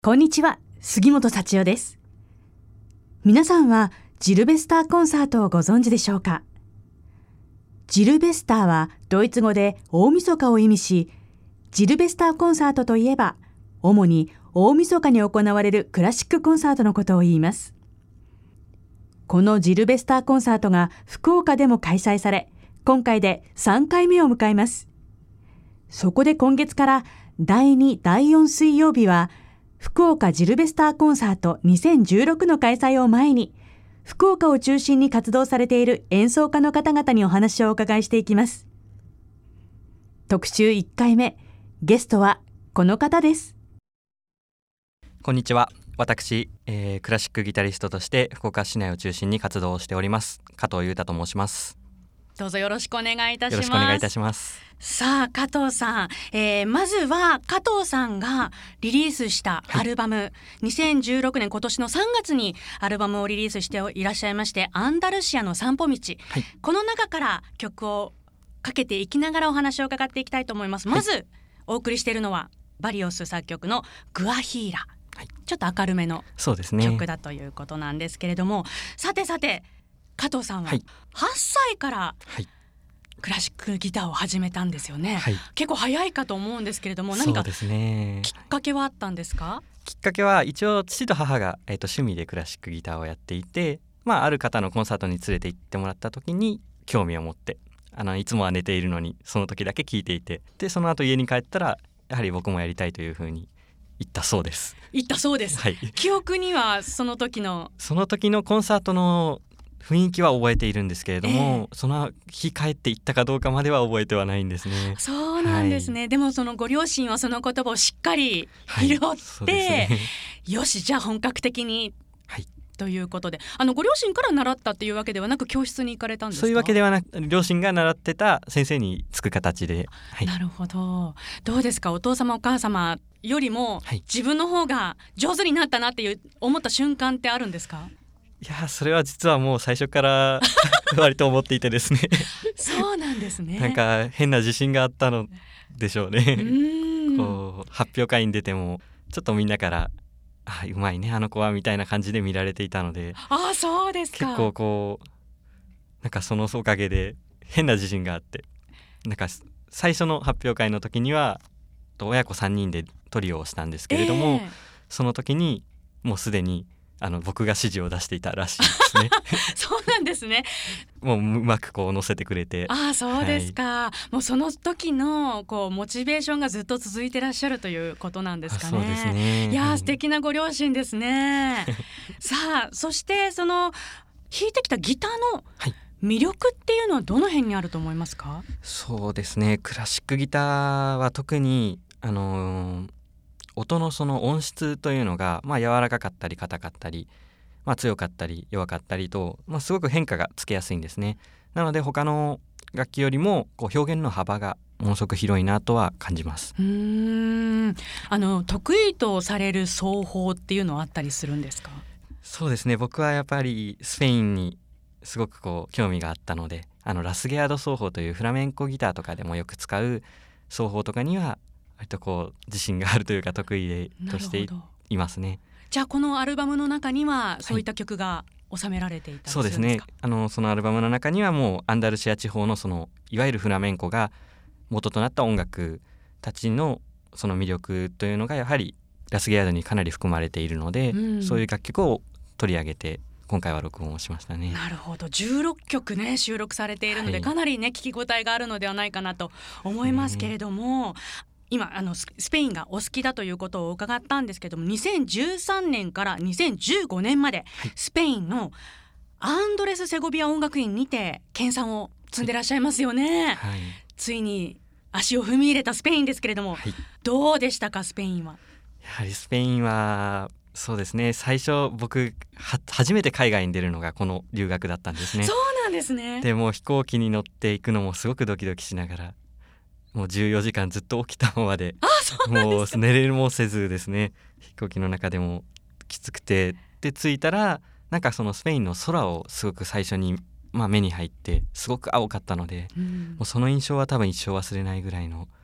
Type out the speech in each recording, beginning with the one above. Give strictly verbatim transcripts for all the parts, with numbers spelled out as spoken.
こんにちは、杉本幸代です。皆さんはジルベスターコンサートをご存知でしょうか。ジルベスターはドイツ語で大晦日を意味し、ジルベスターコンサートといえば、主に大晦日に行われるクラシックコンサートのことを言います。このジルベスターコンサートが福岡でも開催され、今回でさんかいめを迎えます。そこで今月からだいに、だいよん水曜日は、福岡ジルベスターコンサートにせんじゅうろくの開催を前に、福岡を中心に活動されている演奏家の方々にお話をお伺いしていきます。特集いっかいめ、ゲストはこの方です。 こんにちは。私、えー、クラシックギタリストとして福岡市内を中心に活動をしております加藤裕太と申します。 どうぞよろしくお願いいたします。 よろしくお願いいたします。 さあ加藤さん、えー、まずは加藤さんがリリースしたアルバム、はい、にせんじゅうろくねん今年のさんがつにアルバムをリリースしていらっしゃいまして、アンダルシアの散歩道、はい、この中から曲をかけていきながらお話を伺っていきたいと思います。まず、はい、お送りしているのはバリオス作曲のグアヒーラ、はい、ちょっと明るめの曲だということなんですけれども、さてさて加藤さんははっさいからクラシックギターを始めたんですよね、はい、結構早いかと思うんですけれども、何かきっかけはあったんですか？ きっかけは一応父と母が、えー、と趣味でクラシックギターをやっていて、まあ、ある方のコンサートに連れて行ってもらった時に興味を持って、あのいつもは寝ているのにその時だけ聴いていて、でその後家に帰ったらやはり僕もやりたいというふうに言ったそうです。 言ったそうです、はい、記憶にはその時のその時のコンサートの雰囲気は覚えているんですけれども、えー、その日帰って行ったかどうかまでは覚えてはないんですね。 そうなんですね、はい、でもそのご両親はその言葉をしっかり拾って、はいね、よしじゃあ本格的に、はい、ということで、あのご両親から習ったっていうわけではなく教室に行かれたんですか？ そういうわけではなく、両親が習ってた先生につく形で、はい、 なるほど。どうですか、お父様お母様よりも自分の方が上手になったなっていう思った瞬間ってあるんですか？ いやそれは実はもう最初から割と思っていてですねそうなんですね。 なんか変な自信があったのでしょうね。うこう発表会に出てもちょっとみんなからあうまいねあの子はみたいな感じで見られていたので、 あそうですか。 結構こうなんかそのおかげで変な自信があって、なんか最初の発表会の時には親子さんにんでトリオをしたんですけれども、えー、その時にもうすでにあの僕が指示を出していたらしいですねそうなんですね。 もううまくこう乗せてくれて。 あそうですか、はい、もうその時のこうモチベーションがずっと続いてらっしゃるということなんですかね。 そうですね。 いや素敵なご両親ですねさあそしてその弾いてきたギターの魅力っていうのはどの辺にあると思いますか？ そうですね、クラシックギターは特にあのー音のその音質というのが、まあ、柔らかかったり硬かったり、まあ、強かったり弱かったりと、まあ、すごく変化がつけやすいんですね。なので他の楽器よりもこう表現の幅がものすごく広いなとは感じます。 うーんあの得意とされる奏法っていうのはあったりするんですか？ そうですね、僕はやっぱりスペインにすごくこう興味があったので、あのラスゲアード奏法というフラメンコギターとかでもよく使う奏法とかには割とこう自信があるというか得意でとしていますね。 じゃあこのアルバムの中にはそういった曲が収められていたりするんですか？ そうですね、あのそのアルバムの中にはもうアンダルシア地方のそのいわゆるフラメンコが元となった音楽たちのその魅力というのがやはりラスゲアードにかなり含まれているので、うん、そういう楽曲を取り上げて今回は録音をしましたね。 なるほど、じゅうろっきょくね収録されているので、はい、かなりね聞き応えがあるのではないかなと思いますけれども、今あのスペインがお好きだということを伺ったんですけども、にせんじゅうさんねんからにせんじゅうごねんまで、はい、スペインのアンドレス・セゴビア音楽院にて研鑽を積んでらっしゃいますよね、はい、ついに足を踏み入れたスペインですけれども、はい、どうでしたかスペインは？ やはりスペインはそうですね、最初僕は初めて海外に出るのがこの留学だったんですね。 そうなんですね。 でも飛行機に乗っていくのもすごくドキドキしながら、もうじゅうよじかんずっと起きたままで、 あそうなんですか。 もう寝れもせずですね、飛行機の中でもきつくて、で着いたらなんかそのスペインの空をすごく最初に、まあ、目に入ってすごく青かったので、うん、もうその印象は多分一生忘れないぐらいの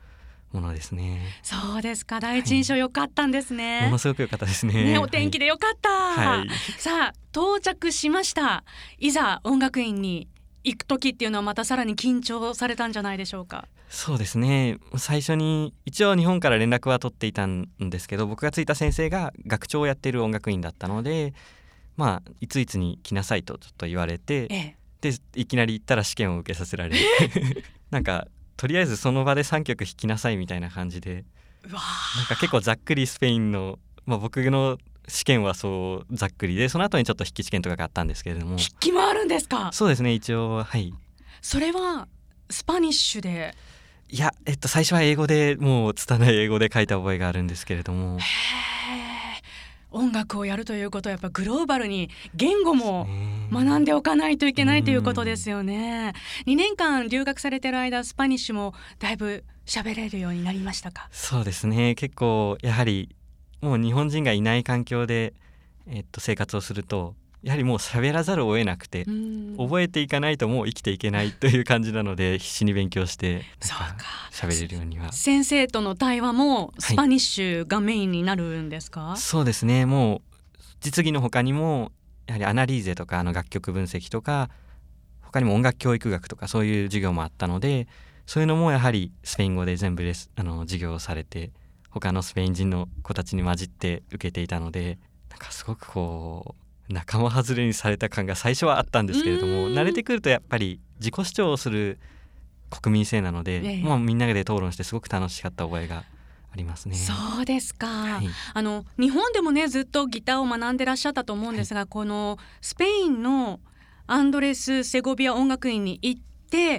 ものですね。 そうですか、第一印象良かったんですね、 はい、ものすごく良かったですね。 ね、お天気で良かった、 はい、 さあ到着しました。いざ音楽院に行く時っていうのはまたさらに緊張されたんじゃないでしょうか。 そうですね、最初に一応日本から連絡は取っていたんですけど、僕がついた先生が学長をやっている音楽院だったので、まあいついつに来なさいとちょっと言われて、ええ、でいきなり行ったら試験を受けさせられなんかとりあえずその場でさんきょく弾きなさいみたいな感じで、 うわなんか結構ざっくりスペインの、まあ、僕の試験はそうざっくりで、その後にちょっと筆記試験とかがあったんですけれども。 筆記もあるんですか。 そうですね、一応。はい。 それはスパニッシュで。 いや、えっと、最初は英語で、もう拙い英語で書いた覚えがあるんですけれども。 へー、音楽をやるということはやっぱグローバルに言語も学んでおかないといけないということですよね。にねんかん留学されてる間、スパニッシュもだいぶ喋れるようになりましたか。 そうですね、結構やはりもう日本人がいない環境で、えっと、生活をするとやはりもう喋らざるを得なくて、覚えていかないともう生きていけないという感じなので、必死に勉強してなんか喋れるようには。 先生との対話もスパニッシュがメインになるんですか。 はい、そうですね、もう実技の他にもやはりアナリーゼとかあの楽曲分析とか、他にも音楽教育学とかそういう授業もあったので、そういうのもやはりスペイン語で全部レスあの授業をされて、他のスペイン人の子たちに混じって受けていたので、なんかすごくこう仲間外れにされた感が最初はあったんですけれども、慣れてくるとやっぱり自己主張をする国民性なので、ええ、もうみんなで討論してすごく楽しかった覚えがありますね。 そうですか、はい、あの日本でもねずっとギターを学んでらっしゃったと思うんですが、はい、このスペインのアンドレス・セゴビア音楽院に行って、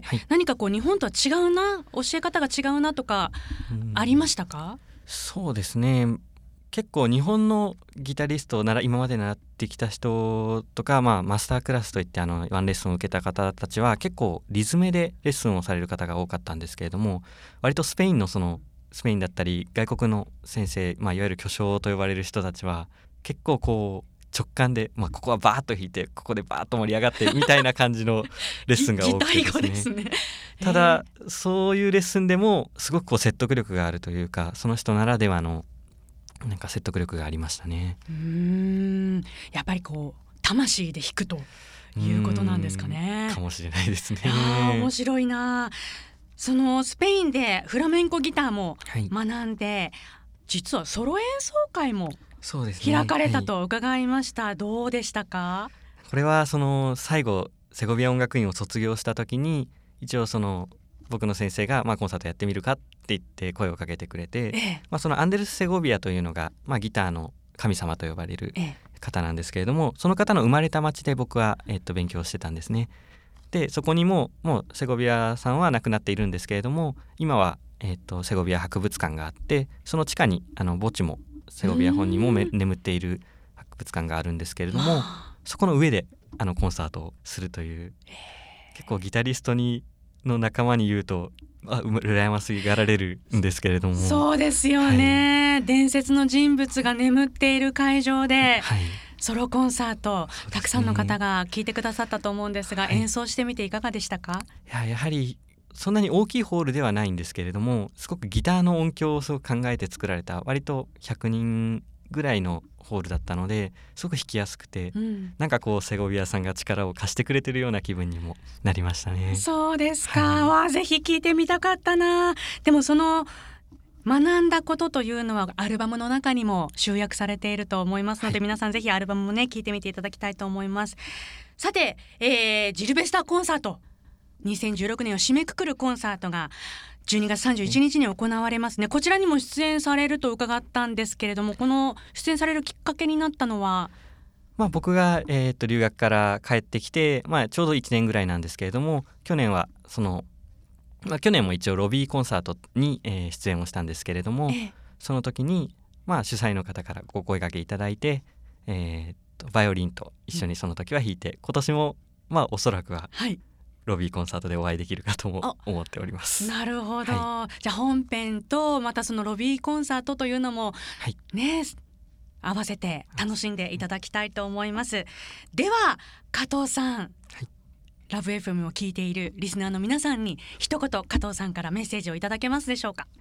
はい、何かこう日本とは違うな、教え方が違うなとかありましたか。 そうですね、結構日本のギタリストなら今まで習ってきた人とか、まあ、マスタークラスといってあのワンレッスンを受けた方たちは結構リズムでレッスンをされる方が多かったんですけれども、割とスペインのそのスペインだったり外国の先生、まあ、いわゆる巨匠と呼ばれる人たちは結構こう直感で、まあ、ここはバーッと弾いてここでバーッと盛り上がってみたいな感じのレッスンが多くてですねですねただそういうレッスンでもすごくこう説得力があるというか、その人ならではのなんか説得力がありましたね。 うーん、やっぱりこう魂で弾くということなんですかね。 かもしれないですね。 面白いな。そのスペインでフラメンコギターも学んで、はい、実はソロ演奏会も開かれたと伺いました、はい、どうでしたか。 これはその最後セゴビア音楽院を卒業した時に一応その僕の先生が、まあ、コンサートやってみるかって言って声をかけてくれて、ええ、まあ、そのアンデルス・セゴビアというのが、まあ、ギターの神様と呼ばれる方なんですけれども、その方の生まれた町で僕は、えっと、勉強してたんですね。でそこにももうセゴビアさんは亡くなっているんですけれども、今は、えっと、セゴビア博物館があって、その地下にあの墓地もセゴビア本人も眠っている博物館があるんですけれども、そこの上であのコンサートをするという、結構ギタリストにの仲間に言うとあ羨ましがられるんですけれども。 そうですよね、はい、伝説の人物が眠っている会場で、はい、ソロコンサート、ね、たくさんの方が聴いてくださったと思うんですが、はい、演奏してみていかがでしたか。 いや、やはりそんなに大きいホールではないんですけれども、すごくギターの音響をすごく考えて作られた割とひゃくにんぐらいのホールだったので、すごく弾きやすくて、うん、なんかこうセゴビアさんが力を貸してくれてるような気分にもなりましたね。 そうですか、はい、わぜひ聴いてみたかったな。でもその学んだことというのはアルバムの中にも集約されていると思いますので、はい、皆さんぜひアルバムもね聴いてみていただきたいと思います。さて、えー、ジルベスターコンサートにせんじゅうろくねんを締めくくるコンサートがじゅうにがつさんじゅういちにちに行われますね。こちらにも出演されると伺ったんですけれども、この出演されるきっかけになったのは。 まあ、僕が、えー、と留学から帰ってきて、まあ、ちょうどいちねんぐらいなんですけれども、去年はその、まあ、去年も一応ロビーコンサートに、えー、出演をしたんですけれども、ええ、その時に、まあ、主催の方からご声掛けいただいて、えー、とバイオリンと一緒にその時は弾いて、うん、今年も、まあ、おそらくは、はい、ロビーコンサートでお会いできるかとも思っております。 なるほど、はい、じゃあ本編とまたそのロビーコンサートというのも、はい、ね合わせて楽しんでいただきたいと思います。では加藤さん、はい、ラブ エフエム を聞いているリスナーの皆さんに一言加藤さんからメッセージをいただけますでしょうか。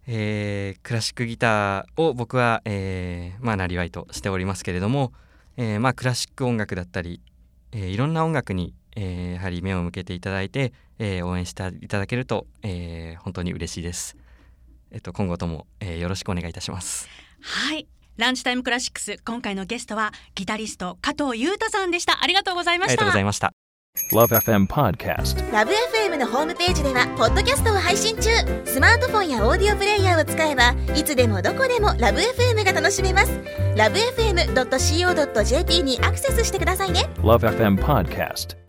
えークラシックギターを僕は、えーまあ、なりわいとしておりますけれども、えーまあ、クラシック音楽だったり、えーいろんな音楽に、えーやはり目を向けていただいて、えー応援していただけると、えー本当に嬉しいです。えっと、今後とも、えーよろしくお願いいたします。 はい、ランチタイムクラシックス、今回のゲストはギタリスト加藤優太さんでした。ありがとうございました。 ありがとうございました。 ラブ エフエム Podcast。 ラブ エフエム のホームページではポッドキャストを配信中。スマートフォンやオーディオプレイヤーを使えばいつでもどこでもラブ エフエム が楽しめます。ラブ エフエムドットシーオードットジェーピー にアクセスしてくださいね。 ラブ エフエム Podcast。